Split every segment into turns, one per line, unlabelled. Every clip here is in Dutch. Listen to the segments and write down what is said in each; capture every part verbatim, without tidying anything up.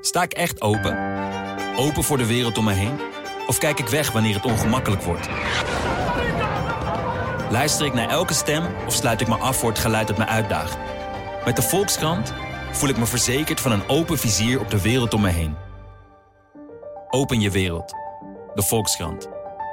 Sta ik echt open? Open voor de wereld om me heen? Of kijk ik weg wanneer het ongemakkelijk wordt? Luister ik naar elke stem of sluit ik me af voor het geluid dat me uitdaagt? Met de Volkskrant voel ik me verzekerd van een open vizier op de wereld om me heen. Open je wereld. De Volkskrant.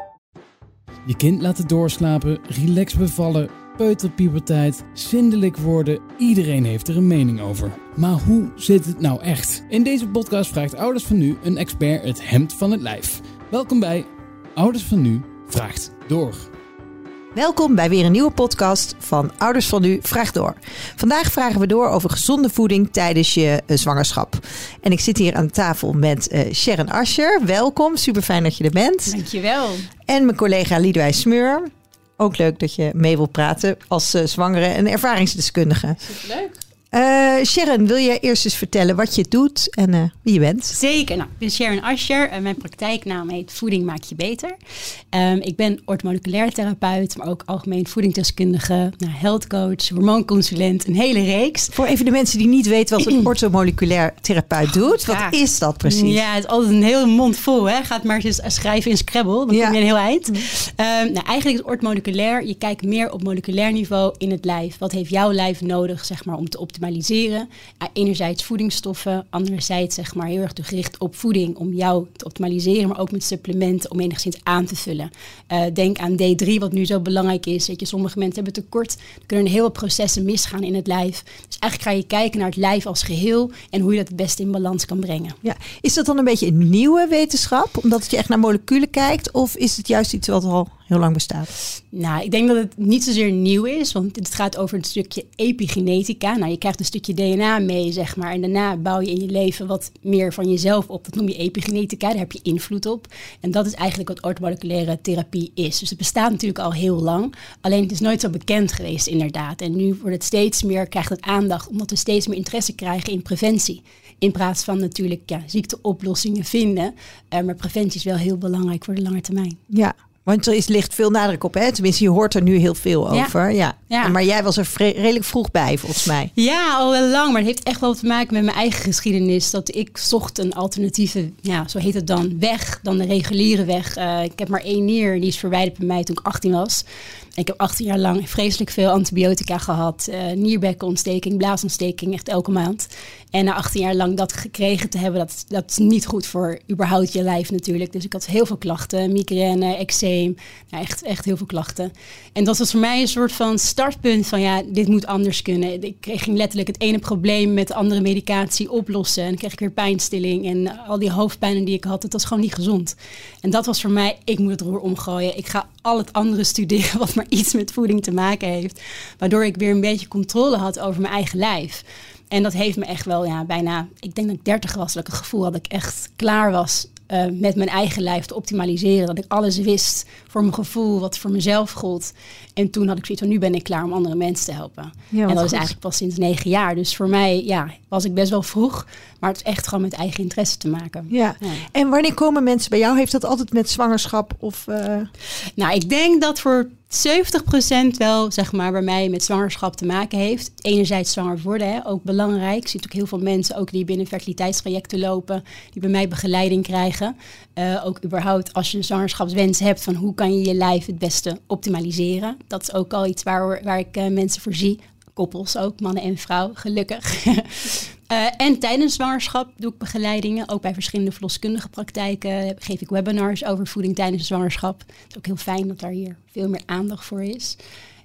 Je kind laten doorslapen, relax bevallen, peuterpuberteit, zindelijk worden. Iedereen heeft er een mening over. Maar hoe zit het nou echt? In deze podcast vraagt Ouders van Nu een expert het hemd van het lijf. Welkom bij Ouders van Nu vraagt door.
Welkom bij weer een nieuwe podcast van Ouders van Nu vraagt door. Vandaag vragen we door over gezonde voeding tijdens je uh, zwangerschap. En ik zit hier aan tafel met uh, Sharon Ascher. Welkom, super fijn dat je er bent.
Dankjewel.
En mijn collega Liedewij Smeur. Ook leuk dat je mee wilt praten als uh, zwangere en ervaringsdeskundige.
Superleuk.
Uh, Sharon, wil jij eerst eens vertellen wat je doet en uh, wie je bent?
Zeker. Nou, ik ben Sharon Ascher. Uh, mijn praktijknaam heet Voeding Maak Je Beter. Um, ik ben orthomoleculair therapeut, maar ook algemeen voedingsdeskundige, nou, health coach, hormoonconsulent, een hele reeks.
Voor even de mensen die niet weten wat een orthomoleculair therapeut doet, wat
ja.
is dat precies?
Ja, het is altijd een hele mond vol. Hè? Gaat maar eens schrijven in Scrabble, dan ja. kom je een heel eind. Um, nou, eigenlijk is orthomoleculair, je kijkt meer op moleculair niveau in het lijf. Wat heeft jouw lijf nodig, zeg maar, om te optimaliseren? Ja, enerzijds voedingsstoffen, anderzijds zeg maar heel erg gericht op voeding om jou te optimaliseren, maar ook met supplementen om enigszins aan te vullen. Uh, denk aan D drie, wat nu zo belangrijk is. Weet je, sommige mensen hebben tekort, er kunnen heel veel processen misgaan in het lijf. Dus eigenlijk ga je kijken naar het lijf als geheel en hoe je dat het beste in balans kan brengen.
Ja. Is dat dan een beetje een nieuwe wetenschap, omdat je echt naar moleculen kijkt, of is het juist iets wat al heel lang bestaat?
Nou, ik denk dat het niet zozeer nieuw is, want het gaat over een stukje epigenetica. Nou, je krijgt een stukje D N A mee, zeg maar, en daarna bouw je in je leven wat meer van jezelf op. Dat noem je epigenetica, daar heb je invloed op. En dat is eigenlijk wat orthomoleculaire therapie is. Dus het bestaat natuurlijk al heel lang, alleen het is nooit zo bekend geweest inderdaad. En nu wordt het steeds meer, krijgt het aandacht, omdat we steeds meer interesse krijgen in preventie. In plaats van natuurlijk ja, ziekteoplossingen vinden, uh, maar preventie is wel heel belangrijk voor de lange termijn.
Ja. Want er is, ligt veel nadruk op, hè? Tenminste, je hoort er nu heel veel over. Ja. Ja.
Ja.
Maar jij was er vre- redelijk vroeg bij, volgens mij.
Ja, al wel lang. Maar het heeft echt wel te maken met mijn eigen geschiedenis. Dat ik zocht een alternatieve, ja, zo heet het dan, weg dan de reguliere weg. Uh, ik heb maar één nier, die is verwijderd bij mij toen ik achttien was. Ik heb achttien jaar lang vreselijk veel antibiotica gehad. Uh, nierbekkenontsteking, blaasontsteking, echt elke maand. En na achttien jaar lang dat gekregen te hebben, dat, dat is niet goed voor überhaupt je lijf natuurlijk. Dus ik had heel veel klachten, migraine, eczeem, nou, echt, echt heel veel klachten. En dat was voor mij een soort van startpunt van ja, dit moet anders kunnen. Ik ging letterlijk het ene probleem met de andere medicatie oplossen. En dan kreeg ik weer pijnstilling en al die hoofdpijnen die ik had, dat was gewoon niet gezond. En dat was voor mij, ik moet het roer omgooien. Ik ga al het andere studeren wat maar iets met voeding te maken heeft. Waardoor ik weer een beetje controle had over mijn eigen lijf. En dat heeft me echt wel ja, bijna, ik denk dat ik dertig was, dat ik het gevoel had dat ik echt klaar was uh, met mijn eigen lijf te optimaliseren. Dat ik alles wist voor mijn gevoel, wat voor mezelf gold. En toen had ik zoiets van, nu ben ik klaar om andere mensen te helpen. Ja, en dat goed. Is eigenlijk pas sinds negen jaar. Dus voor mij ja, was ik best wel vroeg. Maar het is echt gewoon met eigen interesse te maken.
Ja. Ja. En wanneer komen mensen bij jou? Heeft dat altijd met zwangerschap? Of, uh...
Nou, ik denk dat voor zeventig procent wel, zeg maar, bij mij met zwangerschap te maken heeft. Enerzijds zwanger worden, hè, ook belangrijk. Ik zie natuurlijk heel veel mensen ook die binnen fertiliteitstrajecten lopen, die bij mij begeleiding krijgen. Uh, ook überhaupt als je een zwangerschapswens hebt, van hoe kan je je lijf het beste optimaliseren. Dat is ook al iets waar, waar ik uh, mensen voor zie. Koppels ook, mannen en vrouw, gelukkig. uh, en tijdens zwangerschap doe ik begeleidingen. Ook bij verschillende verloskundige praktijken geef ik webinars over voeding tijdens de zwangerschap. Het is ook heel fijn dat daar hier veel meer aandacht voor is.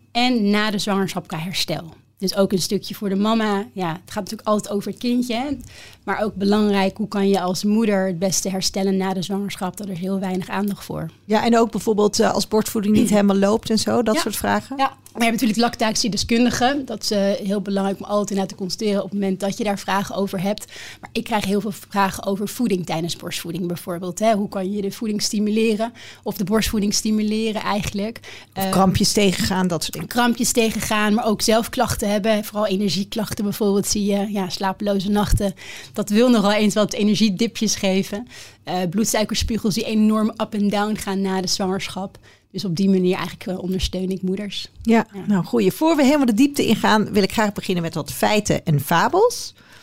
En na de zwangerschap qua herstel. Dus ook een stukje voor de mama. Ja, het gaat natuurlijk altijd over het kindje. Hè? Maar ook belangrijk, hoe kan je als moeder het beste herstellen na de zwangerschap? Daar is heel weinig aandacht voor.
Ja, en ook bijvoorbeeld uh, als borstvoeding niet helemaal loopt en zo, dat
ja.
soort vragen.
Ja, we hebben natuurlijk lactatiedeskundigen. Dat is uh, heel belangrijk om altijd naar te constateren op het moment dat je daar vragen over hebt. Maar ik krijg heel veel vragen over voeding tijdens borstvoeding bijvoorbeeld. Hè? Hoe kan je de voeding stimuleren? Of de borstvoeding stimuleren eigenlijk?
Of uh, krampjes tegengaan, dat soort dingen.
Krampjes tegengaan, maar ook zelf klachten hebben. Vooral energieklachten bijvoorbeeld zie je. Ja, slapeloze nachten. Dat wil nogal eens wat energiedipjes geven. Uh, bloedsuikerspiegels die enorm up en down gaan na de zwangerschap. Dus op die manier eigenlijk uh, ondersteun ik moeders.
Ja, ja. Nou goeie. Voor we helemaal de diepte ingaan, wil ik graag beginnen met wat feiten en fabels.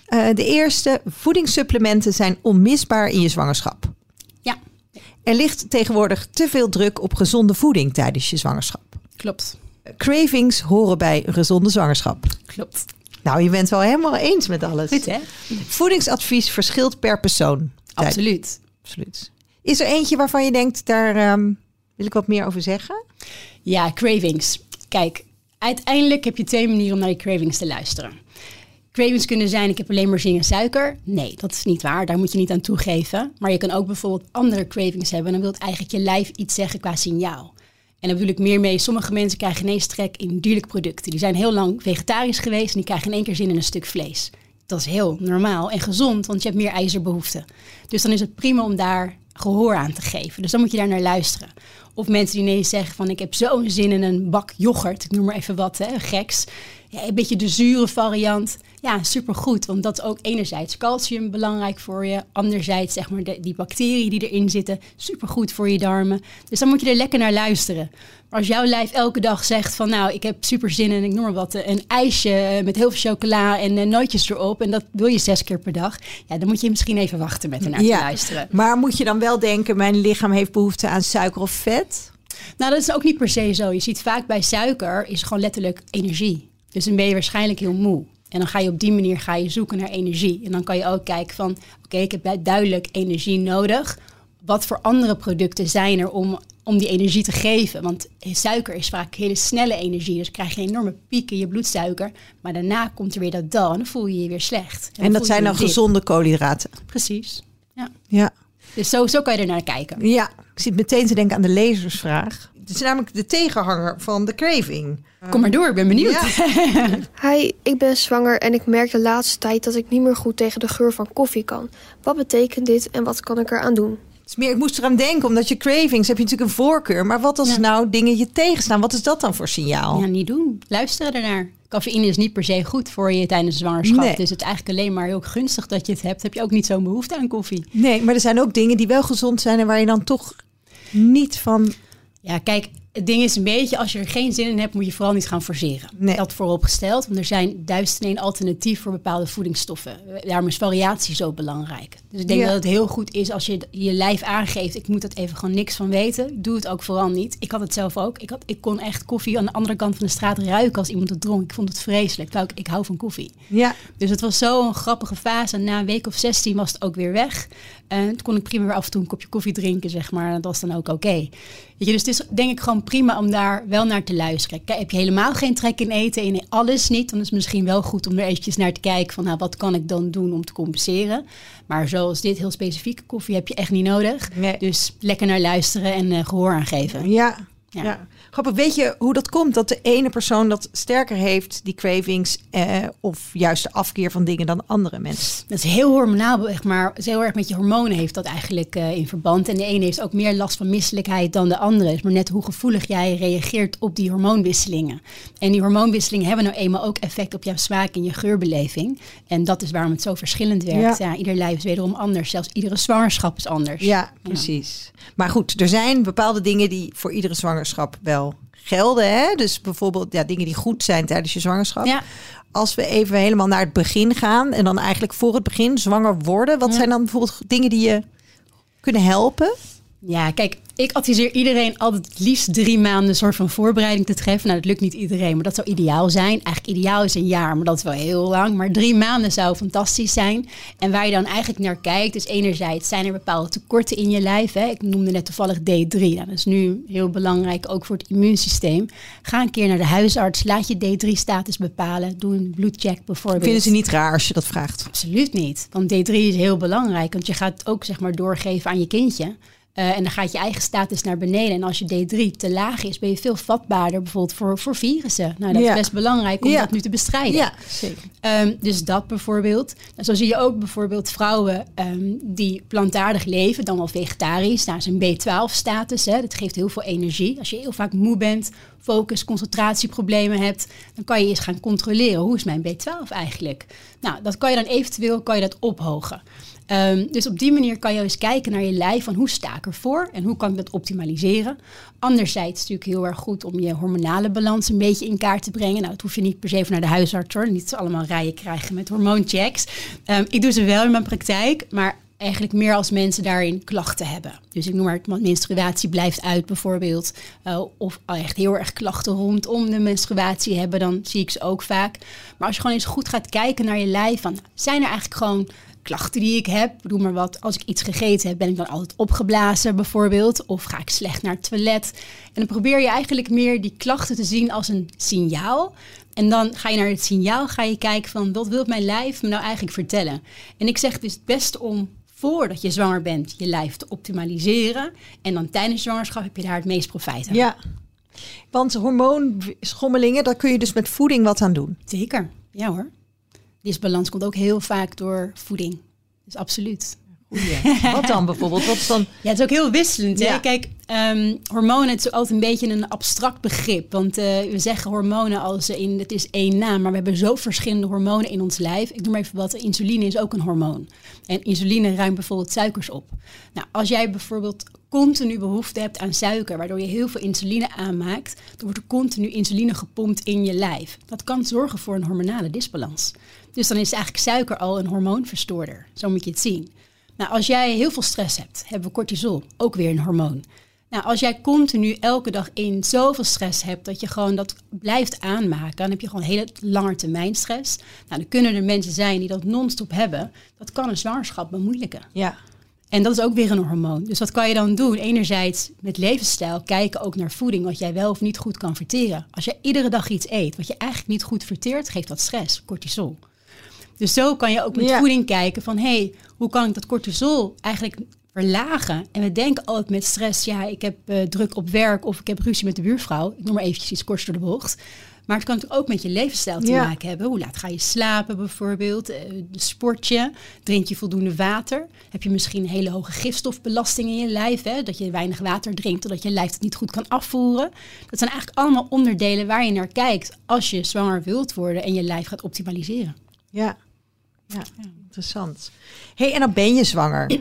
Uh, de eerste, voedingssupplementen zijn onmisbaar in je zwangerschap.
Ja.
Er ligt tegenwoordig te veel druk op gezonde voeding tijdens je zwangerschap.
Klopt.
Cravings horen bij een gezonde zwangerschap.
Klopt.
Nou, je bent het wel helemaal eens met alles.
Goed, hè?
Voedingsadvies verschilt per persoon.
Absoluut.
Absoluut. Is er eentje waarvan je denkt, daar um, wil ik wat meer over zeggen?
Ja, cravings. Kijk, uiteindelijk heb je twee manieren om naar je cravings te luisteren. Cravings kunnen zijn, ik heb alleen maar zin in suiker. Nee, dat is niet waar. Daar moet je niet aan toegeven. Maar je kan ook bijvoorbeeld andere cravings hebben. En dan wil eigenlijk je lijf iets zeggen qua signaal. En daar bedoel ik meer mee. Sommige mensen krijgen ineens trek in dierlijke producten. Die zijn heel lang vegetarisch geweest en die krijgen in één keer zin in een stuk vlees. Dat is heel normaal en gezond, want je hebt meer ijzerbehoeften. Dus dan is het prima om daar gehoor aan te geven. Dus dan moet je daar naar luisteren. Of mensen die ineens zeggen van ik heb zo'n zin in een bak yoghurt. Ik noem maar even wat, hè, geks. Ja, een beetje de zure variant. Ja, supergoed. Want dat is ook enerzijds calcium belangrijk voor je. Anderzijds zeg maar de, die bacteriën die erin zitten. Supergoed voor je darmen. Dus dan moet je er lekker naar luisteren. Maar als jouw lijf elke dag zegt van nou, ik heb super zin in, ik noem maar wat, een ijsje met heel veel chocola en uh, nootjes erop. En dat wil je zes keer per dag. Ja, dan moet je misschien even wachten met ernaar
ja,
te luisteren.
Maar moet je dan wel denken, mijn lichaam heeft behoefte aan suiker of vet?
Nou, dat is ook niet per se zo. Je ziet vaak bij suiker is gewoon letterlijk energie. Dus dan ben je waarschijnlijk heel moe. En dan ga je op die manier ga je zoeken naar energie. En dan kan je ook kijken van, oké, okay, ik heb duidelijk energie nodig. Wat voor andere producten zijn er om, om die energie te geven? Want suiker is vaak hele snelle energie. Dus krijg je een enorme piek in je bloedsuiker. Maar daarna komt er weer dat dal en dan voel je je weer slecht. En,
en dat zijn dan gezonde koolhydraten?
Precies, ja.
ja.
Dus zo, zo kan je er naar kijken.
Ja, ik zit meteen te denken aan de lezersvraag. Het is namelijk de tegenhanger van de craving.
Kom maar door, ik ben benieuwd.
Ja. Hi, ik ben zwanger en ik merk de laatste tijd dat ik niet meer goed tegen de geur van koffie kan. Wat betekent dit en wat kan ik eraan doen?
Het is meer, ik moest eraan denken, omdat je cravings heb je natuurlijk een voorkeur. Maar wat als ja. nou dingen je tegenstaan? Wat is dat dan voor signaal?
Ja, niet doen. Luisteren ernaar. Cafeïne is niet per se goed voor je tijdens de zwangerschap. Nee. Dus het is eigenlijk alleen maar heel gunstig dat je het hebt. Heb je ook niet zo'n behoefte aan koffie.
Nee, maar er zijn ook dingen die wel gezond zijn en waar je dan toch niet van...
Ja, kijk, het ding is een beetje, als je er geen zin in hebt, moet je vooral niet gaan forceren. Nee. Dat vooropgesteld, want er zijn duizend en één alternatief voor bepaalde voedingsstoffen. Daarom is variatie zo belangrijk. Dus ik denk ja. dat het heel goed is als je je lijf aangeeft, ik moet er even gewoon niks van weten. Doe het ook vooral niet. Ik had het zelf ook. Ik, had, ik kon echt koffie aan de andere kant van de straat ruiken als iemand het dronk. Ik vond het vreselijk. Ik, ik hou van koffie. Ja. Dus het was zo'n grappige fase. En na een week of zestien was het ook weer weg. En toen kon ik prima weer af en toe een kopje koffie drinken, zeg maar. Dat was dan ook oké. Okay. Weet je, dus het is denk ik gewoon prima om daar wel naar te luisteren. Kijk, heb je helemaal geen trek in eten en alles niet, dan is het misschien wel goed om er eventjes naar te kijken van nou, wat kan ik dan doen om te compenseren. Maar zoals dit heel specifieke koffie heb je echt niet nodig. Nee. Dus lekker naar luisteren en uh, gehoor aan geven.
Ja. Ja. ja, grappig. Weet je hoe dat komt? Dat de ene persoon dat sterker heeft, die cravings, eh, of juist de afkeer van dingen dan andere mensen?
Dat is heel hormonaal, maar het is heel erg met je hormonen heeft dat eigenlijk uh, in verband. En de ene heeft ook meer last van misselijkheid dan de andere. Het is maar net hoe gevoelig jij reageert op die hormoonwisselingen. En die hormoonwisselingen hebben nou eenmaal ook effect op jouw smaak en je geurbeleving. En dat is waarom het zo verschillend werkt. Ja. Ja, ieder lijf is wederom anders. Zelfs iedere zwangerschap is anders.
Ja, precies. Ja. Maar goed, er zijn bepaalde dingen die voor iedere zwangerschap wel gelden. Hè? Dus bijvoorbeeld ja, dingen die goed zijn tijdens je zwangerschap. Ja. Als we even helemaal naar het begin gaan en dan eigenlijk voor het begin zwanger worden. Wat ja. zijn dan bijvoorbeeld dingen die je kunnen helpen?
Ja, kijk, ik adviseer iedereen altijd het liefst drie maanden een soort van voorbereiding te treffen. Nou, dat lukt niet iedereen, maar dat zou ideaal zijn. Eigenlijk ideaal is een jaar, maar dat is wel heel lang. Maar drie maanden zou fantastisch zijn. En waar je dan eigenlijk naar kijkt, is enerzijds zijn er bepaalde tekorten in je lijf. Hè? Ik noemde net toevallig D drie. Nou, dat is nu heel belangrijk, ook voor het immuunsysteem. Ga een keer naar de huisarts, laat je D drie status bepalen. Doe een bloedcheck bijvoorbeeld.
Vinden ze niet raar als je dat vraagt?
Absoluut niet, want D drie is heel belangrijk. Want je gaat het ook zeg maar doorgeven aan je kindje. Uh, en dan gaat je eigen status naar beneden. En als je D drie te laag is, ben je veel vatbaarder bijvoorbeeld voor, voor virussen. Nou, dat ja. is best belangrijk om ja. dat nu te bestrijden. Ja, zeker. Um, dus dat bijvoorbeeld. Nou, zo zie je ook bijvoorbeeld vrouwen um, die plantaardig leven, dan wel vegetarisch. Nou, dat is een B twaalf status. Hè. Dat geeft heel veel energie. Als je heel vaak moe bent, focus, concentratieproblemen hebt, dan kan je eens gaan controleren. Hoe is mijn B twaalf eigenlijk? Nou, dat kan je dan eventueel kan je dat ophogen. Um, dus op die manier kan je eens kijken naar je lijf van hoe sta ik ervoor en hoe kan ik dat optimaliseren. Anderzijds is het natuurlijk heel erg goed om je hormonale balans een beetje in kaart te brengen. Nou, dat hoef je niet per se even naar de huisarts hoor. Niet allemaal rijen krijgen met hormoonchecks. Um, ik doe ze wel in mijn praktijk, maar eigenlijk meer als mensen daarin klachten hebben. Dus ik noem maar, menstruatie blijft uit bijvoorbeeld. Uh, of echt heel erg klachten rondom de menstruatie hebben, dan zie ik ze ook vaak. Maar als je gewoon eens goed gaat kijken naar je lijf, van, zijn er eigenlijk gewoon klachten die ik heb? Doe maar wat, als ik iets gegeten heb, ben ik dan altijd opgeblazen bijvoorbeeld? Of ga ik slecht naar het toilet? En dan probeer je eigenlijk meer die klachten te zien als een signaal. En dan ga je naar het signaal, ga je kijken van, wat wil mijn lijf me nou eigenlijk vertellen? En ik zeg, het is het beste om voordat je zwanger bent, je lijf te optimaliseren. En dan tijdens zwangerschap heb je daar het meest profijt aan.
Ja, want hormoonschommelingen, daar kun je dus met voeding wat aan doen.
Zeker, ja hoor. Disbalans komt ook heel vaak door voeding. Dus absoluut.
Goeie. Wat dan bijvoorbeeld? Wat is dan?
Ja, het is ook heel wisselend.
Ja.
Hè? Kijk, um, hormonen, het is altijd een beetje een abstract begrip. Want uh, we zeggen hormonen als in, het is één naam. Maar we hebben zo verschillende hormonen in ons lijf. Ik noem maar even wat, insuline is ook een hormoon. En insuline ruimt bijvoorbeeld suikers op. Nou, als jij bijvoorbeeld continu behoefte hebt aan suiker, waardoor je heel veel insuline aanmaakt, dan wordt er continu insuline gepompt in je lijf. Dat kan zorgen voor een hormonale disbalans. Dus dan is eigenlijk suiker al een hormoonverstoorder. Zo moet je het zien. Nou, als jij heel veel stress hebt, hebben we cortisol, ook weer een hormoon. Nou, als jij continu elke dag in zoveel stress hebt dat je gewoon dat blijft aanmaken, dan heb je gewoon hele lange termijn stress. Nou, dan kunnen er mensen zijn die dat non-stop hebben. Dat kan een zwangerschap bemoeilijken.
Ja.
En dat is ook weer een hormoon. Dus wat kan je dan doen? Enerzijds met levensstijl kijken ook naar voeding, wat jij wel of niet goed kan verteren. Als je iedere dag iets eet wat je eigenlijk niet goed verteert, geeft dat stress, cortisol. Dus zo kan je ook met
ja.
voeding kijken van, hé, hey, hoe kan ik dat cortisol eigenlijk verlagen? En we denken altijd met stress, ja, ik heb uh, druk op werk of ik heb ruzie met de buurvrouw. Ik noem maar eventjes iets kort door de bocht. Maar het kan natuurlijk ook met je levensstijl te
ja.
maken hebben. Hoe laat ga je slapen bijvoorbeeld? Uh, sport je? Drink je voldoende water? Heb je misschien een hele hoge gifstofbelasting in je lijf? Hè? Dat je weinig water drinkt, omdat je lijf het niet goed kan afvoeren. Dat zijn eigenlijk allemaal onderdelen waar je naar kijkt als je zwanger wilt worden en je lijf gaat optimaliseren.
Ja, ja, interessant. Hey, en dan ben je zwanger.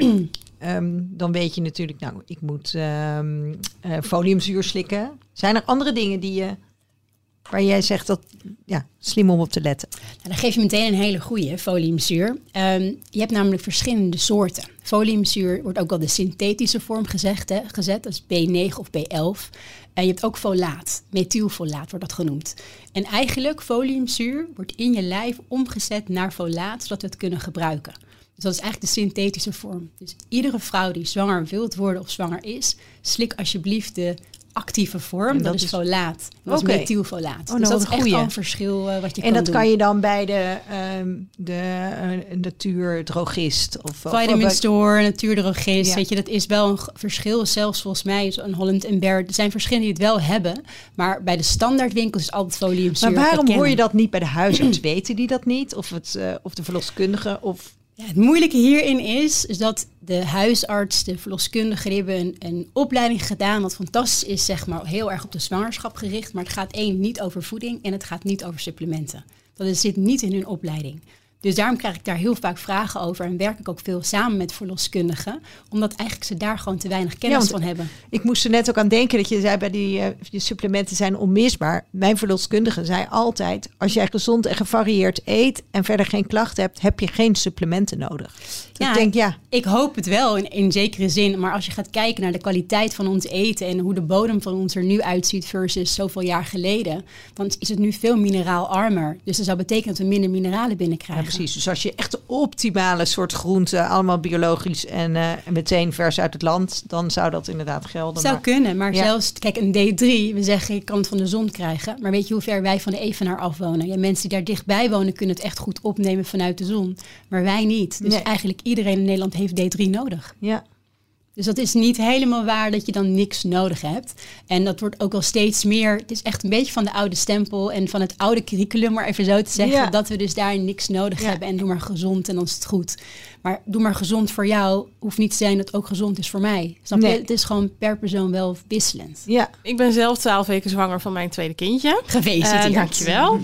um, dan weet je natuurlijk, nou, ik moet um, uh, foliumzuur slikken. Zijn er andere dingen die je, waar jij zegt dat, ja, slim om op te letten?
Nou, dan geef je meteen een hele goede foliumzuur. Um, je hebt namelijk verschillende soorten. Foliumzuur wordt ook wel de synthetische vorm gezegd, hè, gezet. Dat is B negen of B elf. En je hebt ook folaat, methylfolaat wordt dat genoemd. En eigenlijk, foliumzuur wordt in je lijf omgezet naar folaat, zodat we het kunnen gebruiken. Dus dat is eigenlijk de synthetische vorm. Dus iedere vrouw die zwanger wilt worden of zwanger is, slik alsjeblieft de actieve vorm. Dat, dat is, is folaat. Dat okay. is methylfolaat.
Oh,
dus
nou,
dat is echt
goeie.
al een verschil uh, wat je
en
kan doen.
En dat kan je dan bij de, um, de uh, natuurdrogist? Of,
Vitamin
of,
Store, natuurdrogist.
Ja.
Weet je, dat is wel een verschil. Zelfs volgens mij is een Holland and Barrett. Er zijn verschillende die het wel hebben. Maar bij de standaardwinkels is altijd foliumzuur.
Maar waarom hoor je dat niet bij de huisarts? Weten die dat niet? Of, het, uh, of de verloskundige? Of...
Ja, het moeilijke hierin is, is dat de huisarts, de verloskundige, die hebben een, een opleiding gedaan wat fantastisch is, zeg maar, heel erg op de zwangerschap gericht. Maar het gaat één, niet over voeding en het gaat niet over supplementen. Dat zit niet in hun opleiding. Dus daarom krijg ik daar heel vaak vragen over en werk ik ook veel samen met verloskundigen, omdat eigenlijk ze daar gewoon te weinig kennis ja, van hebben.
Ik moest er net ook aan denken dat je zei bij die, uh, die supplementen zijn onmisbaar. Mijn verloskundige zei altijd, als jij gezond en gevarieerd eet en verder geen klachten hebt, heb je geen supplementen nodig.
Ja,
ik denk, ja.
Ik hoop het wel in, in zekere zin, maar als je gaat kijken naar de kwaliteit van ons eten en hoe de bodem van ons er nu uitziet versus zoveel jaar geleden, dan is het nu veel mineraalarmer. Dus dat zou betekenen dat we minder mineralen binnenkrijgen.
Ja, precies. Dus als je echt de optimale soort groenten, allemaal biologisch en, uh, en meteen vers uit het land, dan zou dat inderdaad gelden.
Zou
maar...
kunnen, maar
ja.
zelfs, kijk, een D drie, we zeggen je kan het van de zon krijgen, maar weet je hoe ver wij van de Evenaar afwonen? Ja, mensen die daar dichtbij wonen kunnen het echt goed opnemen vanuit de zon, maar wij niet. Dus
nee.
eigenlijk iedereen in Nederland heeft D drie nodig.
Ja.
Dus dat is niet helemaal waar dat je dan niks nodig hebt. En dat wordt ook wel steeds meer. Het is echt een beetje van de oude stempel en van het oude curriculum, maar even zo te zeggen, ja. dat we dus daar niks nodig ja. hebben. En doe maar gezond en dan is het goed. Maar doe maar gezond voor jou hoeft niet te zijn dat het ook gezond is voor mij. Snap je? Nee. Het is gewoon per persoon wel wisselend.
Ja, ik ben zelf twaalf weken zwanger van mijn tweede kindje.
Gefeliciteerd.
Uh, dankjewel.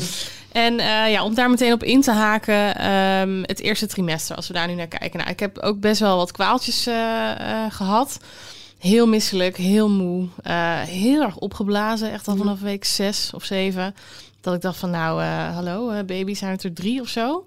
En uh, ja, om daar meteen op in te haken, um, het eerste trimester, als we daar nu naar kijken. Nou, ik heb ook best wel wat kwaaltjes uh, uh, gehad. Heel misselijk, heel moe, uh, heel erg opgeblazen. Echt al vanaf week zes of zeven. Dat ik dacht van nou, uh, hallo, uh, baby, zijn het er drie of zo?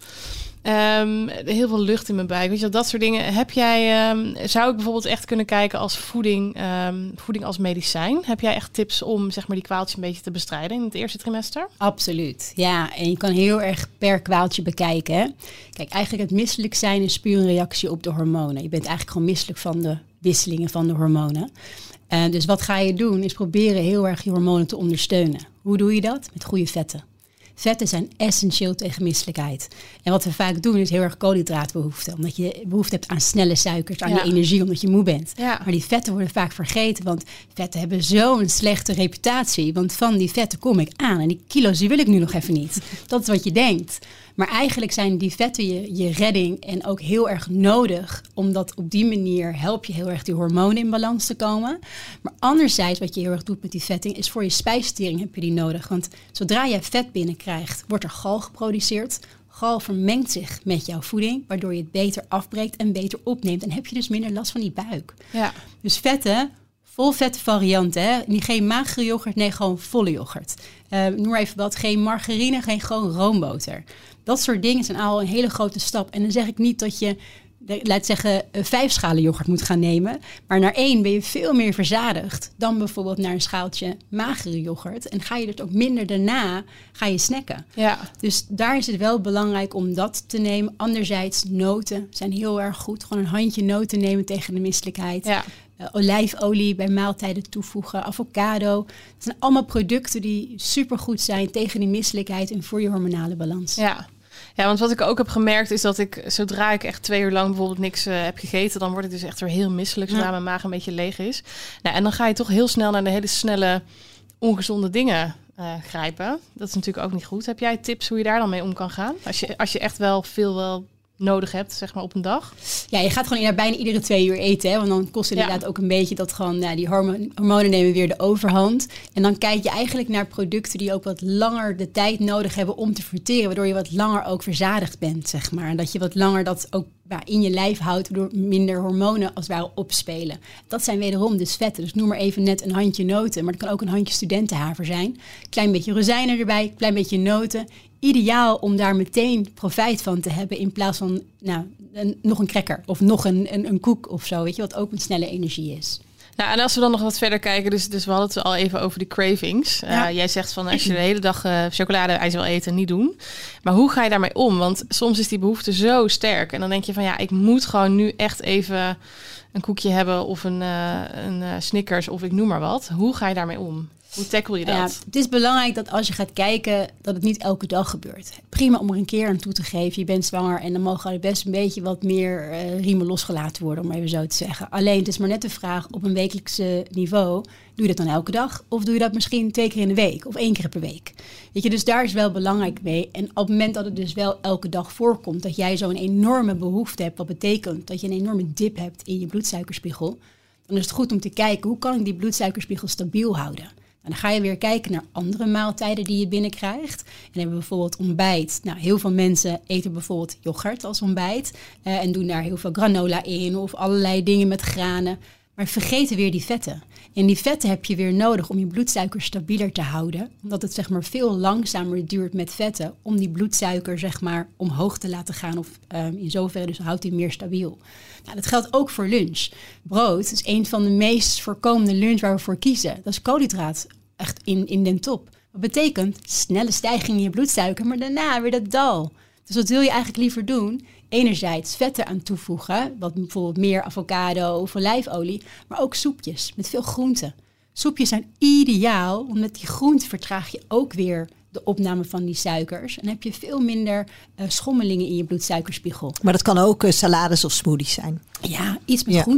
Um, heel veel lucht in mijn buik. Weet je, dat soort dingen. Heb jij, um, zou ik bijvoorbeeld echt kunnen kijken als voeding, um, voeding als medicijn? Heb jij echt tips om zeg maar die kwaaltjes een beetje te bestrijden in het eerste trimester?
Absoluut, ja. En je kan heel erg per kwaaltje bekijken. Hè? Kijk, eigenlijk het misselijk zijn is puur een reactie op de hormonen. Je bent eigenlijk gewoon misselijk van de wisselingen van de hormonen. Uh, dus wat ga je doen is proberen heel erg je hormonen te ondersteunen. Hoe doe je dat? Met goede vetten. Vetten zijn essentieel tegen misselijkheid. En wat we vaak doen is heel erg koolhydraatbehoefte. Omdat je behoefte hebt aan snelle suikers, aan ja. je energie, omdat je moe bent. Ja. Maar die vetten worden vaak vergeten, want vetten hebben zo'n slechte reputatie. Want van die vetten kom ik aan en die kilo's die wil ik nu nog even niet. Dat is wat je denkt. Maar eigenlijk zijn die vetten je, je redding en ook heel erg nodig. Omdat op die manier help je heel erg die hormonen in balans te komen. Maar anderzijds wat je heel erg doet met die vetting is voor je spijsvertering heb je die nodig. Want zodra je vet binnenkrijgt, wordt er gal geproduceerd. Gal vermengt zich met jouw voeding, waardoor je het beter afbreekt en beter opneemt. En heb je dus minder last van die buik. Ja. Dus vetten, vol vette varianten. Hè? Geen magere yoghurt, nee, gewoon volle yoghurt. Uh, noem maar even wat, geen margarine, geen gewoon roomboter. Dat soort dingen zijn al een hele grote stap. En dan zeg ik niet dat je, laat zeggen, vijf schalen yoghurt moet gaan nemen. Maar naar één ben je veel meer verzadigd dan bijvoorbeeld naar een schaaltje magere yoghurt. En ga je dus ook minder daarna, ga je snacken. Ja. Dus daar is het wel belangrijk om dat te nemen. Anderzijds, noten zijn heel erg goed. Gewoon een handje noten nemen tegen de misselijkheid. Ja. Uh, olijfolie bij maaltijden toevoegen, avocado. Dat zijn allemaal producten die supergoed zijn tegen die misselijkheid en voor je hormonale balans.
Ja. Ja, want wat ik ook heb gemerkt is dat ik, zodra ik echt twee uur lang bijvoorbeeld niks uh, heb gegeten, dan word ik dus echt weer heel misselijk, zodra ja. mijn maag een beetje leeg is. Nou, en dan ga je toch heel snel naar de hele snelle, ongezonde dingen uh, grijpen. Dat is natuurlijk ook niet goed. Heb jij tips hoe je daar dan mee om kan gaan? Als je, als je echt wel veel wel nodig hebt, zeg maar, op een dag?
Ja, je gaat gewoon ja, bijna iedere twee uur eten, hè? Want dan kost het inderdaad ja. ook een beetje dat gewoon, nou, die hormo- hormonen nemen weer de overhand. En dan kijk je eigenlijk naar producten die ook wat langer de tijd nodig hebben om te verteren, waardoor je wat langer ook verzadigd bent, zeg maar. En dat je wat langer dat ook ja, in je lijf houdt, waardoor minder hormonen als het ware opspelen. Dat zijn wederom dus vetten. Dus noem maar even net een handje noten, maar het kan ook een handje studentenhaver zijn. Klein beetje rozijnen erbij, klein beetje noten. Ideaal om daar meteen profijt van te hebben in plaats van nou, een, nog een cracker of nog een, een, een koek of zo, weet je, wat ook een snelle energie is.
Nou, en als we dan nog wat verder kijken, dus, dus we hadden het al even over die cravings. Ja. Uh, jij zegt van als je de hele dag uh, chocolade-ijs wil eten, niet doen. Maar hoe ga je daarmee om? Want soms is die behoefte zo sterk. En dan denk je van ja, ik moet gewoon nu echt even een koekje hebben of een, uh, een uh, Snickers of ik noem maar wat. Hoe ga je daarmee om? Hoe tackle je dat? Ja,
het is belangrijk dat als je gaat kijken, dat het niet elke dag gebeurt. Prima om er een keer aan toe te geven. Je bent zwanger en dan mogen er best een beetje wat meer uh, riemen losgelaten worden, om even zo te zeggen. Alleen het is maar net de vraag, op een wekelijkse niveau, doe je dat dan elke dag? Of doe je dat misschien twee keer in de week of één keer per week? Weet je, dus daar is wel belangrijk mee. En op het moment dat het dus wel elke dag voorkomt, dat jij zo'n enorme behoefte hebt, wat betekent dat je een enorme dip hebt in je bloedsuikerspiegel, dan is het goed om te kijken, hoe kan ik die bloedsuikerspiegel stabiel houden? En dan ga je weer kijken naar andere maaltijden die je binnenkrijgt. En dan hebben we bijvoorbeeld ontbijt. Nou, heel veel mensen eten bijvoorbeeld yoghurt als ontbijt. Uh, en doen daar heel veel granola in of allerlei dingen met granen. Maar vergeten weer die vetten. En die vetten heb je weer nodig om je bloedsuiker stabieler te houden. Omdat het zeg maar veel langzamer duurt met vetten om die bloedsuiker zeg maar omhoog te laten gaan. Of uh, in zoverre dus houdt hij meer stabiel. Nou, dat geldt ook voor lunch. Brood is een van de meest voorkomende lunch waar we voor kiezen. Dat is koolhydraat, echt in, in den top. Wat betekent snelle stijging in je bloedsuiker, maar daarna weer dat dal. Dus wat wil je eigenlijk liever doen? Enerzijds vetten aan toevoegen, wat bijvoorbeeld meer avocado of olijfolie, maar ook soepjes met veel groenten. Soepjes zijn ideaal, want met die groenten vertraag je ook weer de opname van die suikers. En heb je veel minder uh, schommelingen in je bloedsuikerspiegel.
Maar dat kan ook uh, salades of smoothies zijn.
Ja, iets met
ja.
groenten.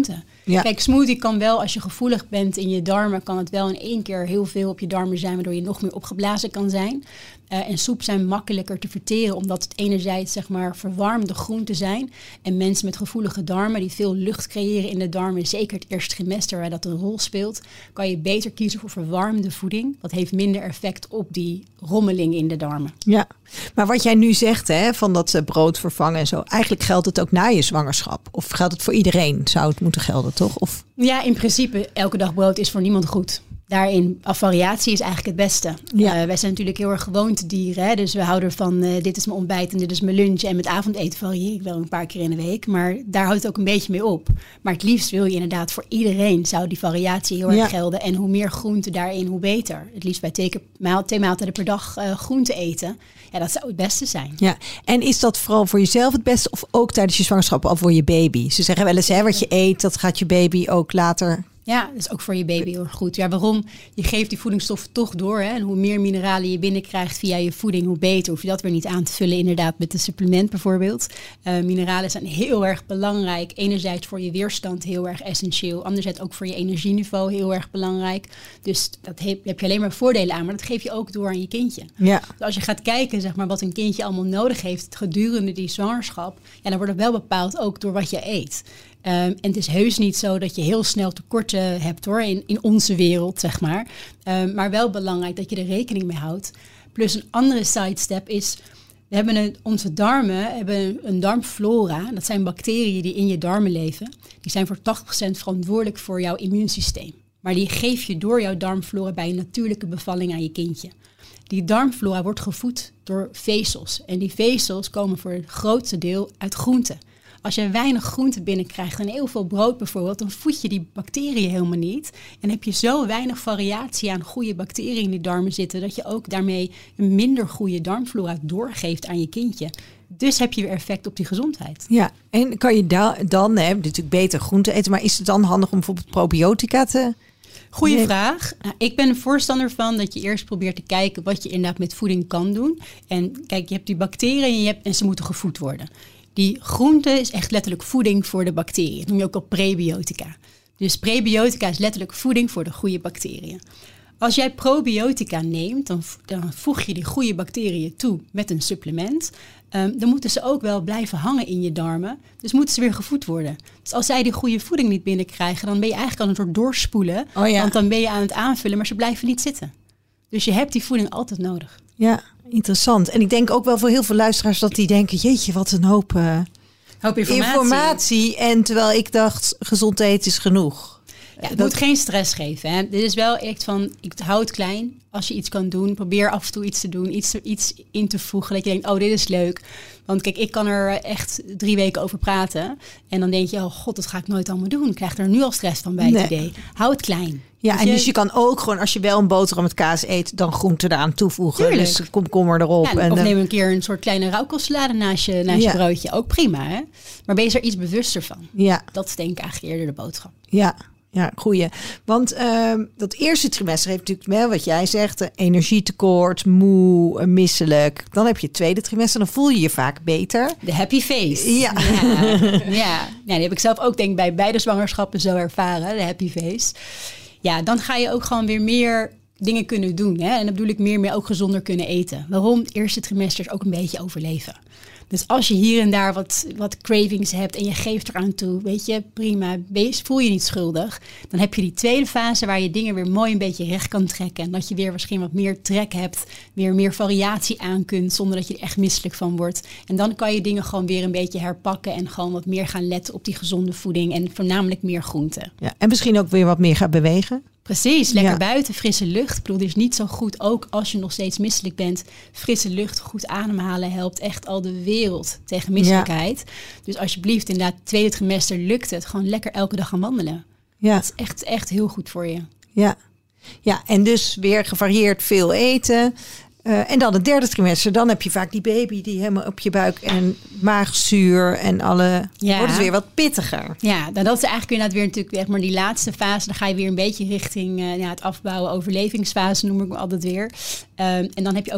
Ja.
Kijk, smoothie kan wel, als je gevoelig bent in je darmen, kan het wel in één keer heel veel op je darmen zijn, waardoor je nog meer opgeblazen kan zijn. Uh, en soep zijn makkelijker te verteren, omdat het enerzijds zeg maar verwarmde groenten zijn. En mensen met gevoelige darmen, die veel lucht creëren in de darmen, zeker het eerste trimester waar dat een rol speelt, kan je beter kiezen voor verwarmde voeding. Dat heeft minder effect op die rommeling in de darmen.
Ja, maar wat jij nu zegt, hè, van dat uh, brood vervangen en zo, eigenlijk geldt het ook na je zwangerschap? Of geldt het voor iedereen? Zou het moeten gelden, toch? Of...
Ja, in principe, elke dag brood is voor niemand goed. Daarin, variatie is eigenlijk het beste.
Ja.
Uh, wij zijn natuurlijk heel erg gewoontedieren. Hè? Dus we houden van, uh, dit is mijn ontbijt en dit is mijn lunch. En met avondeten varieer ik wel een paar keer in de week. Maar daar houdt het ook een beetje mee op. Maar het liefst wil je inderdaad voor iedereen, zou die variatie heel erg
Ja.
gelden. En hoe meer groente daarin, hoe beter. Het liefst bij twee, keer, maal, twee maaltijden per dag uh, groente eten. Ja, dat zou het beste zijn.
Ja, en is dat vooral voor jezelf het beste of ook tijdens je zwangerschap al voor je baby? Ze zeggen wel eens, hè, wat je eet, dat gaat je baby ook later...
Ja, dat is ook voor je baby heel erg goed. Ja, waarom? Je geeft die voedingsstoffen toch door. Hè? En hoe meer mineralen je binnenkrijgt via je voeding, hoe beter. Hoef je dat weer niet aan te vullen, inderdaad, met een supplement bijvoorbeeld. Uh, mineralen zijn heel erg belangrijk. Enerzijds voor je weerstand heel erg essentieel. Anderzijds ook voor je energieniveau heel erg belangrijk. Dus dat heb, heb je alleen maar voordelen aan. Maar dat geef je ook door aan je kindje.
Ja.
Dus als je gaat kijken, zeg maar, wat een kindje allemaal nodig heeft gedurende die zwangerschap, ja, dan wordt het wel bepaald ook door wat je eet. Um, en het is heus niet zo dat je heel snel tekorten hebt hoor, in, in onze wereld, zeg maar. Um, maar wel belangrijk dat je er rekening mee houdt. Plus een andere sidestep is, we hebben een, onze darmen hebben een darmflora. Dat zijn bacteriën die in je darmen leven. Die zijn voor tachtig procent verantwoordelijk voor jouw immuunsysteem. Maar die geef je door jouw darmflora bij een natuurlijke bevalling aan je kindje. Die darmflora wordt gevoed door vezels. En die vezels komen voor het grootste deel uit groenten. Als je weinig groente binnenkrijgt en heel veel brood bijvoorbeeld, dan voed je die bacteriën helemaal niet. En heb je zo weinig variatie aan goede bacteriën in die darmen zitten, dat je ook daarmee een minder goede darmflora doorgeeft aan je kindje. Dus heb je weer effect op die gezondheid.
Ja, en kan je da- dan, hè, natuurlijk beter groente eten, maar is het dan handig om bijvoorbeeld probiotica te...
Goeie
Nee.
vraag. Nou, ik ben een voorstander van dat je eerst probeert te kijken wat je inderdaad met voeding kan doen. En kijk, je hebt die bacteriën en, je hebt, en ze moeten gevoed worden. Die groente is echt letterlijk voeding voor de bacteriën. Dat noem je ook al prebiotica. Dus prebiotica is letterlijk voeding voor de goede bacteriën. Als jij probiotica neemt, dan, dan voeg je die goede bacteriën toe met een supplement. Um, dan moeten ze ook wel blijven hangen in je darmen. Dus moeten ze weer gevoed worden. Dus als zij die goede voeding niet binnenkrijgen, dan ben je eigenlijk aan het soort doorspoelen.
Oh ja.
Want dan ben je aan het aanvullen, maar ze blijven niet zitten. Dus je hebt die voeding altijd nodig.
Ja, interessant. En ik denk ook wel voor heel veel luisteraars dat die denken, jeetje, wat een hoop uh,
Hoop informatie.
informatie. En terwijl ik dacht, gezond eten is genoeg.
Ja, het
Dat-
moet geen stress geven. Hè. Dit is wel echt van, ik hou het klein. Als je iets kan doen, probeer af en toe iets te doen. Iets, iets in te voegen dat je denkt, oh, dit is leuk. Want kijk, ik kan er echt drie weken over praten. En dan denk je, oh god, dat ga ik nooit allemaal doen. Ik krijg er nu al stress van bij
Nee.
het idee. Hou het klein.
Ja,
Weet
en dus je kan ook gewoon, als je wel een boterham met kaas eet, dan groenten eraan toevoegen.
Tuurlijk.
Dus komkommer erop.
Ja,
en,
of
uh,
neem een keer een soort kleine rauwkoolsalade naast je, naast
Ja.
je broodje. Ook prima, hè? Maar ben je er iets bewuster van?
ja,
Dat is denk ik eigenlijk eerder de boodschap.
ja. Ja, goeie. Want ehm, dat eerste trimester heeft natuurlijk wel wat jij zegt, eh, energietekort, moe, eh, misselijk. Dan heb je het tweede trimester, dan voel je je vaak beter.
De happy face.
Ja.
Ja, ja. ja, die heb ik zelf ook denk ik bij beide zwangerschappen zo ervaren, de happy face. Ja, dan ga je ook gewoon weer meer dingen kunnen doen. Hè? En dan bedoel ik meer, meer ook gezonder kunnen eten. Waarom? Het eerste trimester is ook een beetje overleven. Dus als je hier en daar wat, wat cravings hebt en je geeft eraan toe, weet je, prima, wees, voel je niet schuldig. Dan heb je die tweede fase waar je dingen weer mooi een beetje recht kan trekken. En dat je weer misschien wat meer trek hebt, weer meer variatie aan kunt, zonder dat je er echt misselijk van wordt. En dan kan je dingen gewoon weer een beetje herpakken en gewoon wat meer gaan letten op die gezonde voeding en voornamelijk meer groenten.
Ja, en misschien ook weer wat meer gaan bewegen.
Precies, lekker
Ja.
buiten, frisse lucht. Ik bedoel, dit is niet zo goed, ook als je nog steeds misselijk bent. Frisse lucht, goed ademhalen helpt echt al de wereld tegen misselijkheid. Dus alsjeblieft, inderdaad, tweede trimester lukt het. Gewoon lekker elke dag gaan wandelen.
Ja,
Dat is echt, echt heel goed voor je.
ja. Ja, en dus weer gevarieerd veel eten. Uh, en dan het derde trimester, dan heb je vaak die baby die helemaal op je buik en maagzuur en alle...
Ja.
Wordt het weer wat pittiger.
Ja, nou, dat is eigenlijk inderdaad weer natuurlijk echt maar die laatste fase. Dan ga je weer een beetje richting uh, ja, het afbouwen, overlevingsfase noem ik me altijd weer. Um, en dan heb je ook vaak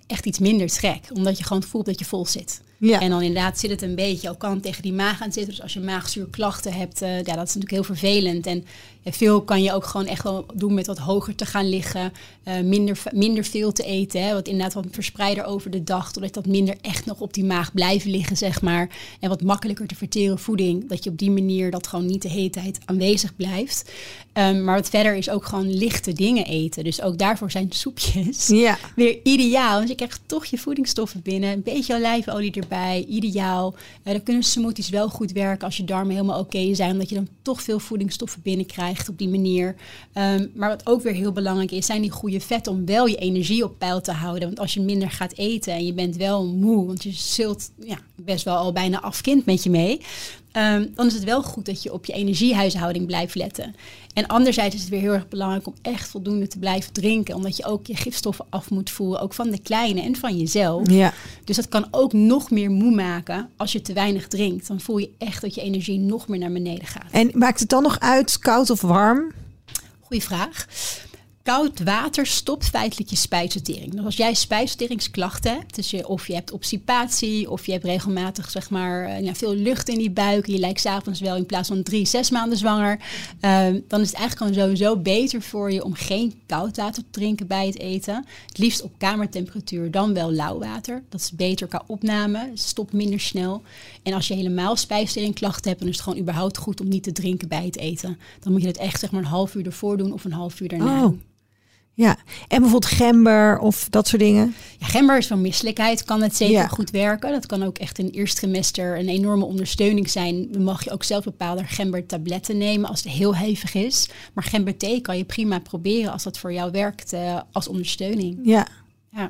echt iets minder trek. Omdat je gewoon voelt dat je vol zit.
Ja.
En dan inderdaad zit het een beetje, al kan tegen die maag aan zitten. Dus als je maagzuurklachten hebt, uh, ja, dat is natuurlijk heel vervelend. En ja, veel kan je ook gewoon echt wel doen met wat hoger te gaan liggen. Uh, minder, minder veel te eten. Hè, wat inderdaad wat verspreider over de dag. Doordat dat minder echt nog op die maag blijven liggen, zeg maar. En wat makkelijker te verteren voeding. Dat je op die manier dat gewoon niet de hele tijd aanwezig blijft. Um, maar wat verder is ook gewoon lichte dingen eten. Dus ook daarvoor zijn soepjes
ja.
weer ideaal. Want je krijgt toch je voedingsstoffen binnen. Een beetje olijfolie erbij. Ideaal. Uh, dan kunnen smoothies wel goed werken als je darmen helemaal oké okay zijn. Omdat je dan toch veel voedingsstoffen binnenkrijgt op die manier. Um, maar wat ook weer heel belangrijk is, zijn die goede vetten om wel je energie op peil te houden. Want als je minder gaat eten en je bent wel moe, want je zult ja, best wel al bijna afkind met je mee. Um, dan is het wel goed dat je op je energiehuishouding blijft letten. En anderzijds is het weer heel erg belangrijk om echt voldoende te blijven drinken. Omdat je ook je gifstoffen af moet voeren. Ook van de kleine en van jezelf.
Ja.
Dus dat kan ook nog meer moe maken als je te weinig drinkt. Dan voel je echt dat je energie nog meer naar beneden gaat.
En maakt het dan nog uit, koud of warm?
Goeie vraag. Koud water stopt feitelijk je spijsvertering. Dus als jij spijsverteringsklachten hebt, dus je, of je hebt obstipatie, of je hebt regelmatig zeg maar ja, veel lucht in die buik, en je lijkt 's avonds wel in plaats van drie, zes maanden zwanger, uh, dan is het eigenlijk gewoon sowieso beter voor je om geen koud water te drinken bij het eten. Het liefst op kamertemperatuur, dan wel lauw water. Dat is beter qua opname, het stopt minder snel. En als je helemaal spijsverteringklachten hebt, dan is het gewoon überhaupt goed om niet te drinken bij het eten. Dan moet je het echt zeg maar een half uur ervoor doen of een half uur daarna.
Oh. Ja, en bijvoorbeeld gember of dat soort dingen?
Ja, gember is van misselijkheid, kan het zeker
ja.
goed werken. Dat kan ook echt in het eerste trimester een enorme ondersteuning zijn. Dan mag je ook zelf bepaalde gembertabletten nemen als het heel hevig is. Maar gemberthee kan je prima proberen als dat voor jou werkt uh, als ondersteuning.
Ja.
ja.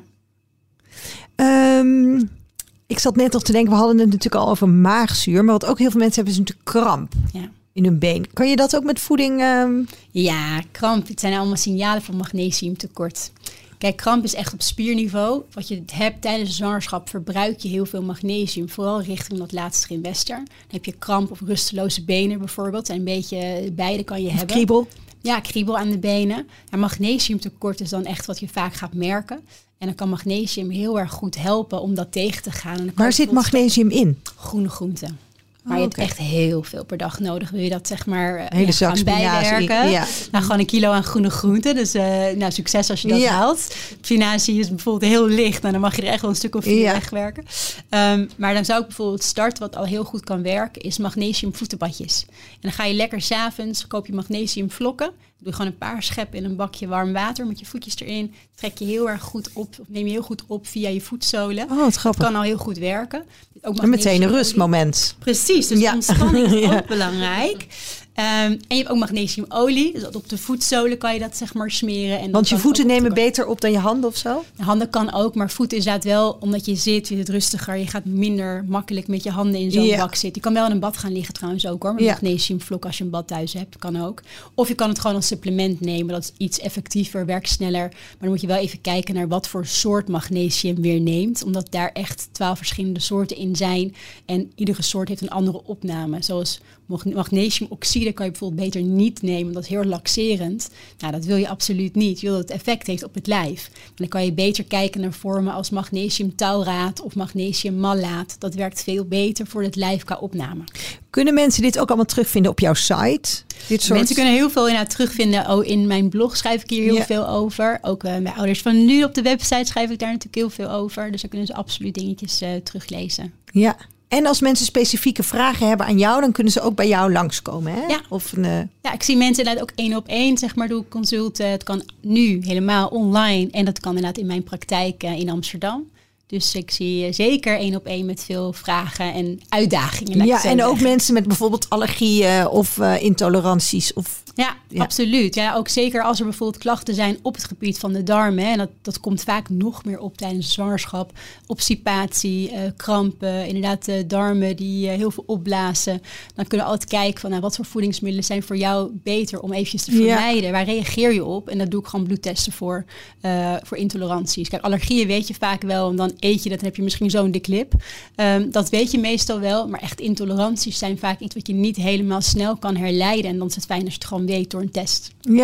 Um, ik zat net nog te denken, we hadden het natuurlijk al over maagzuur. Maar wat ook heel veel mensen hebben is natuurlijk kramp.
Ja.
In hun been. Kan je dat ook met voeding? Um...
Ja, kramp. Het zijn allemaal signalen van magnesiumtekort. Kijk, kramp is echt op spierniveau. Wat je hebt tijdens de zwangerschap verbruik je heel veel magnesium. Vooral richting dat laatste trimester. Dan heb je kramp of rusteloze benen bijvoorbeeld. En een beetje beide kan je
of
hebben.
Kriebel.
Ja, kriebel aan de benen. En magnesiumtekort is dan echt wat je vaak gaat merken. En dan kan magnesium heel erg goed helpen om dat tegen te gaan. En dan
Waar zit magnesium in?
Groene groenten. Maar
Oh,
je hebt
okay.
echt heel veel per dag nodig. Wil je dat zeg maar
hele
ja,
zak
gaan
spinazie.
bijwerken?
Ja.
Nou, gewoon een kilo aan groene groenten. Dus uh, nou, succes als je dat
Ja.
haalt. Spinazie is bijvoorbeeld heel licht. Nou, dan mag je er echt wel een stuk of vier
Ja.
wegwerken. Um, maar dan zou ik bijvoorbeeld starten, wat al heel goed kan werken, is magnesium voetenbadjes. En dan ga je lekker 's avonds, koop je magnesium vlokken. Doe gewoon een paar scheppen in een bakje warm water met je voetjes erin. Trek je heel erg goed op, of neem je heel goed op via je voetzolen.
Oh, wat grappig.
Dat kan al heel goed werken. Ook
En meteen een rustmoment.
Precies, dus
Ja.
ontspanning is
Ja.
ook belangrijk. Um, en je hebt ook magnesiumolie. Dus op de voetzolen kan je dat zeg maar smeren. En dan
Want je
kan
voeten
ook op de
nemen
kar-
beter op dan je handen of zo?
De handen kan ook, maar voeten is inderdaad wel, omdat je zit, je zit rustiger. Je gaat minder makkelijk met je handen in zo'n
Ja.
bak zitten. Je kan wel in een bad gaan liggen trouwens ook hoor. Met
Ja.
magnesiumvlok als je een bad thuis hebt, kan ook. Of je kan het gewoon als supplement nemen. Dat is iets effectiever, werkt sneller. Maar dan moet je wel even kijken naar wat voor soort magnesium weer neemt. Omdat daar echt twaalf verschillende soorten in zijn. En iedere soort heeft een andere opname. Zoals magnesiumoxide kan je bijvoorbeeld beter niet nemen. Dat is heel laxerend. Nou, dat wil je absoluut niet. Je wil dat het effect heeft op het lijf. En dan kan je beter kijken naar vormen als magnesiumtauraat of magnesiummalaat. Dat werkt veel beter voor het lijf qua opname.
Kunnen mensen dit ook allemaal terugvinden op jouw site? Dit soort...
Mensen kunnen heel veel inderdaad terugvinden. Oh, in mijn blog schrijf ik hier heel
Ja.
veel over. Ook uh, bij Ouders van Nu op de website schrijf ik daar natuurlijk heel veel over. Dus daar kunnen ze absoluut dingetjes uh, teruglezen.
Ja. En als mensen specifieke vragen hebben aan jou, dan kunnen ze ook bij jou langskomen, hè?
Ja.
Of een, uh...
Ja, ik zie mensen inderdaad ook één op één, zeg maar, doe ik consulten. Het kan nu helemaal online en dat kan inderdaad in mijn praktijk uh, in Amsterdam. Dus ik zie uh, zeker één op één met veel vragen en uitdagingen. laat ik
Ja,
het zo
en ook
zeggen.
mensen met bijvoorbeeld allergieën of uh, intoleranties. Of...
Ja,
Ja.
absoluut. Ja, ook zeker als er bijvoorbeeld klachten zijn op het gebied van de darmen. Hè, en dat, dat komt vaak nog meer op tijdens de zwangerschap. Obstipatie, uh, krampen, inderdaad de darmen die uh, heel veel opblazen. Dan kunnen we altijd kijken van nou, wat voor voedingsmiddelen zijn voor jou beter om eventjes te
Ja.
vermijden. Waar reageer je op? En daar doe ik gewoon bloedtesten voor, uh, voor intoleranties. Kijk, allergieën weet je vaak wel en dan eet je dat, dan heb je misschien zo'n dik lip. Um, dat weet je meestal wel, maar echt intoleranties zijn vaak iets wat je niet helemaal snel kan herleiden. En dan is het fijn als je het gewoon weet door een test.
Ja,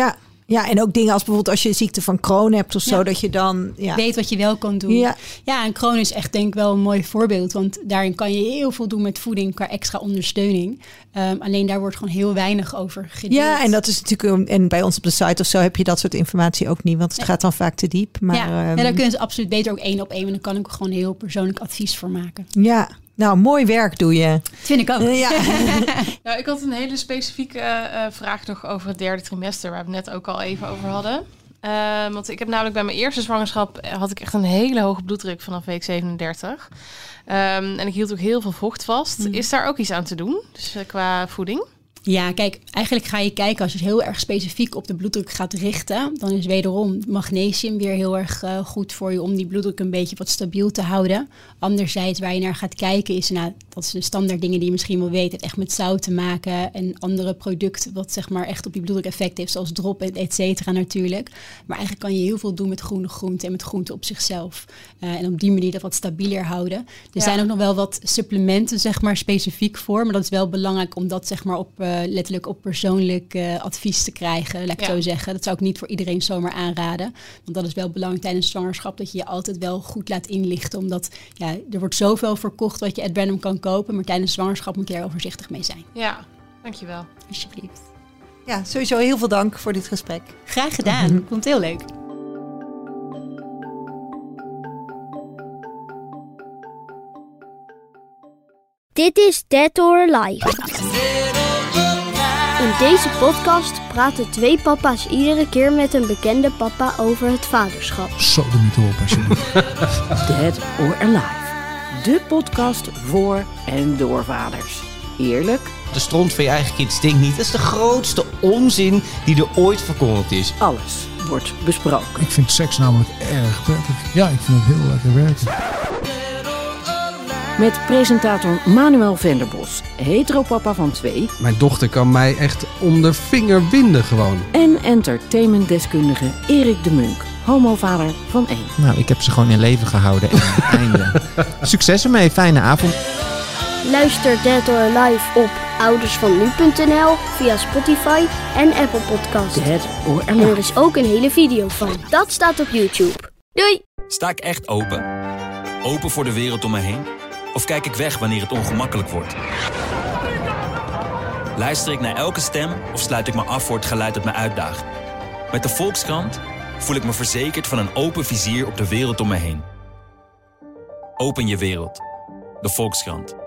Ja, en ook dingen als bijvoorbeeld als je ziekte van Crohn hebt of zo,
Ja.
dat je dan... Ja.
Weet wat je wel kan doen.
Ja.
Ja, en Crohn is echt denk ik wel een mooi voorbeeld. Want daarin kan je heel veel doen met voeding qua extra ondersteuning. Um, alleen daar wordt gewoon heel weinig over gedeeld.
Ja, en dat is natuurlijk... En bij ons op de site of zo heb je dat soort informatie ook niet. Want het
Nee.
gaat dan vaak te diep. Maar,
ja,
um,
ja, daar kunnen ze absoluut beter ook één op één. En dan kan ik gewoon heel persoonlijk advies voor maken.
ja, nou, mooi werk doe je.
Dat vind ik ook.
Ja.
Nou, ik had een hele specifieke uh, vraag nog over het derde trimester, waar we het net ook al even over hadden. Uh, want ik heb namelijk bij mijn eerste zwangerschap had ik echt een hele hoge bloeddruk vanaf week zevenendertig. Um, en ik hield ook heel veel vocht vast. Mm. Is daar ook iets aan te doen, dus uh, qua voeding?
Ja, kijk, eigenlijk ga je kijken als je het heel erg specifiek op de bloeddruk gaat richten. Dan is wederom magnesium weer heel erg uh, goed voor je om die bloeddruk een beetje wat stabiel te houden. Anderzijds, waar je naar gaat kijken is, nou, dat is de standaard dingen die je misschien wel weet. Het echt met zout te maken en andere producten wat zeg maar echt op die bloeddruk effect heeft. Zoals drop, et cetera natuurlijk. Maar eigenlijk kan je heel veel doen met groene groenten en met groenten op zichzelf. Uh, en op die manier dat wat stabieler houden. Er
Ja.
zijn ook nog wel wat supplementen zeg maar specifiek voor. Maar dat is wel belangrijk om dat zeg maar op... Uh, letterlijk op persoonlijk uh, advies te krijgen, laat ik
Ja.
zo zeggen. Dat zou ik niet voor iedereen zomaar aanraden. Want dat is wel belangrijk tijdens zwangerschap, dat je je altijd wel goed laat inlichten. Omdat ja, er wordt zoveel verkocht wat je at random kan kopen, maar tijdens zwangerschap moet je er wel voorzichtig mee zijn.
Ja, dankjewel.
Alsjeblieft.
Ja, sowieso heel veel dank voor dit gesprek.
Graag gedaan.
Mhm.
Ik vond het heel leuk.
Dit is Dead or Alive. In deze podcast praten twee papa's iedere keer met een bekende papa over het vaderschap.
Zo de niet op alsjeblieft.
Dead or Alive. De podcast voor en door vaders. Eerlijk,
De stront van je eigen kind stinkt niet. Dat is de grootste onzin die er ooit verkondigd is.
alles wordt besproken.
Ik vind seks namelijk erg prettig. Ja, ik vind het heel lekker werken.
Met presentator Manuel Venderbos, heteropapa van twee...
Mijn dochter kan mij echt om de vinger winden gewoon.
en entertainmentdeskundige Erik de Munk, homovader van één.
Nou, ik heb ze gewoon in leven gehouden. En einde. Succes ermee, fijne avond.
Luister Dead or Alive op oudersvannu punt n l, via Spotify en Apple Podcasts.
Dead or
En er
Alive.
is ook een hele video van. Dat staat op YouTube. Doei!
Sta ik echt open? Open voor de wereld om me heen? Of kijk ik weg wanneer het ongemakkelijk wordt? Luister ik naar elke stem of sluit ik me af voor het geluid dat me uitdaagt? Met de Volkskrant voel ik me verzekerd van een open vizier op de wereld om me heen. Open je wereld. De Volkskrant.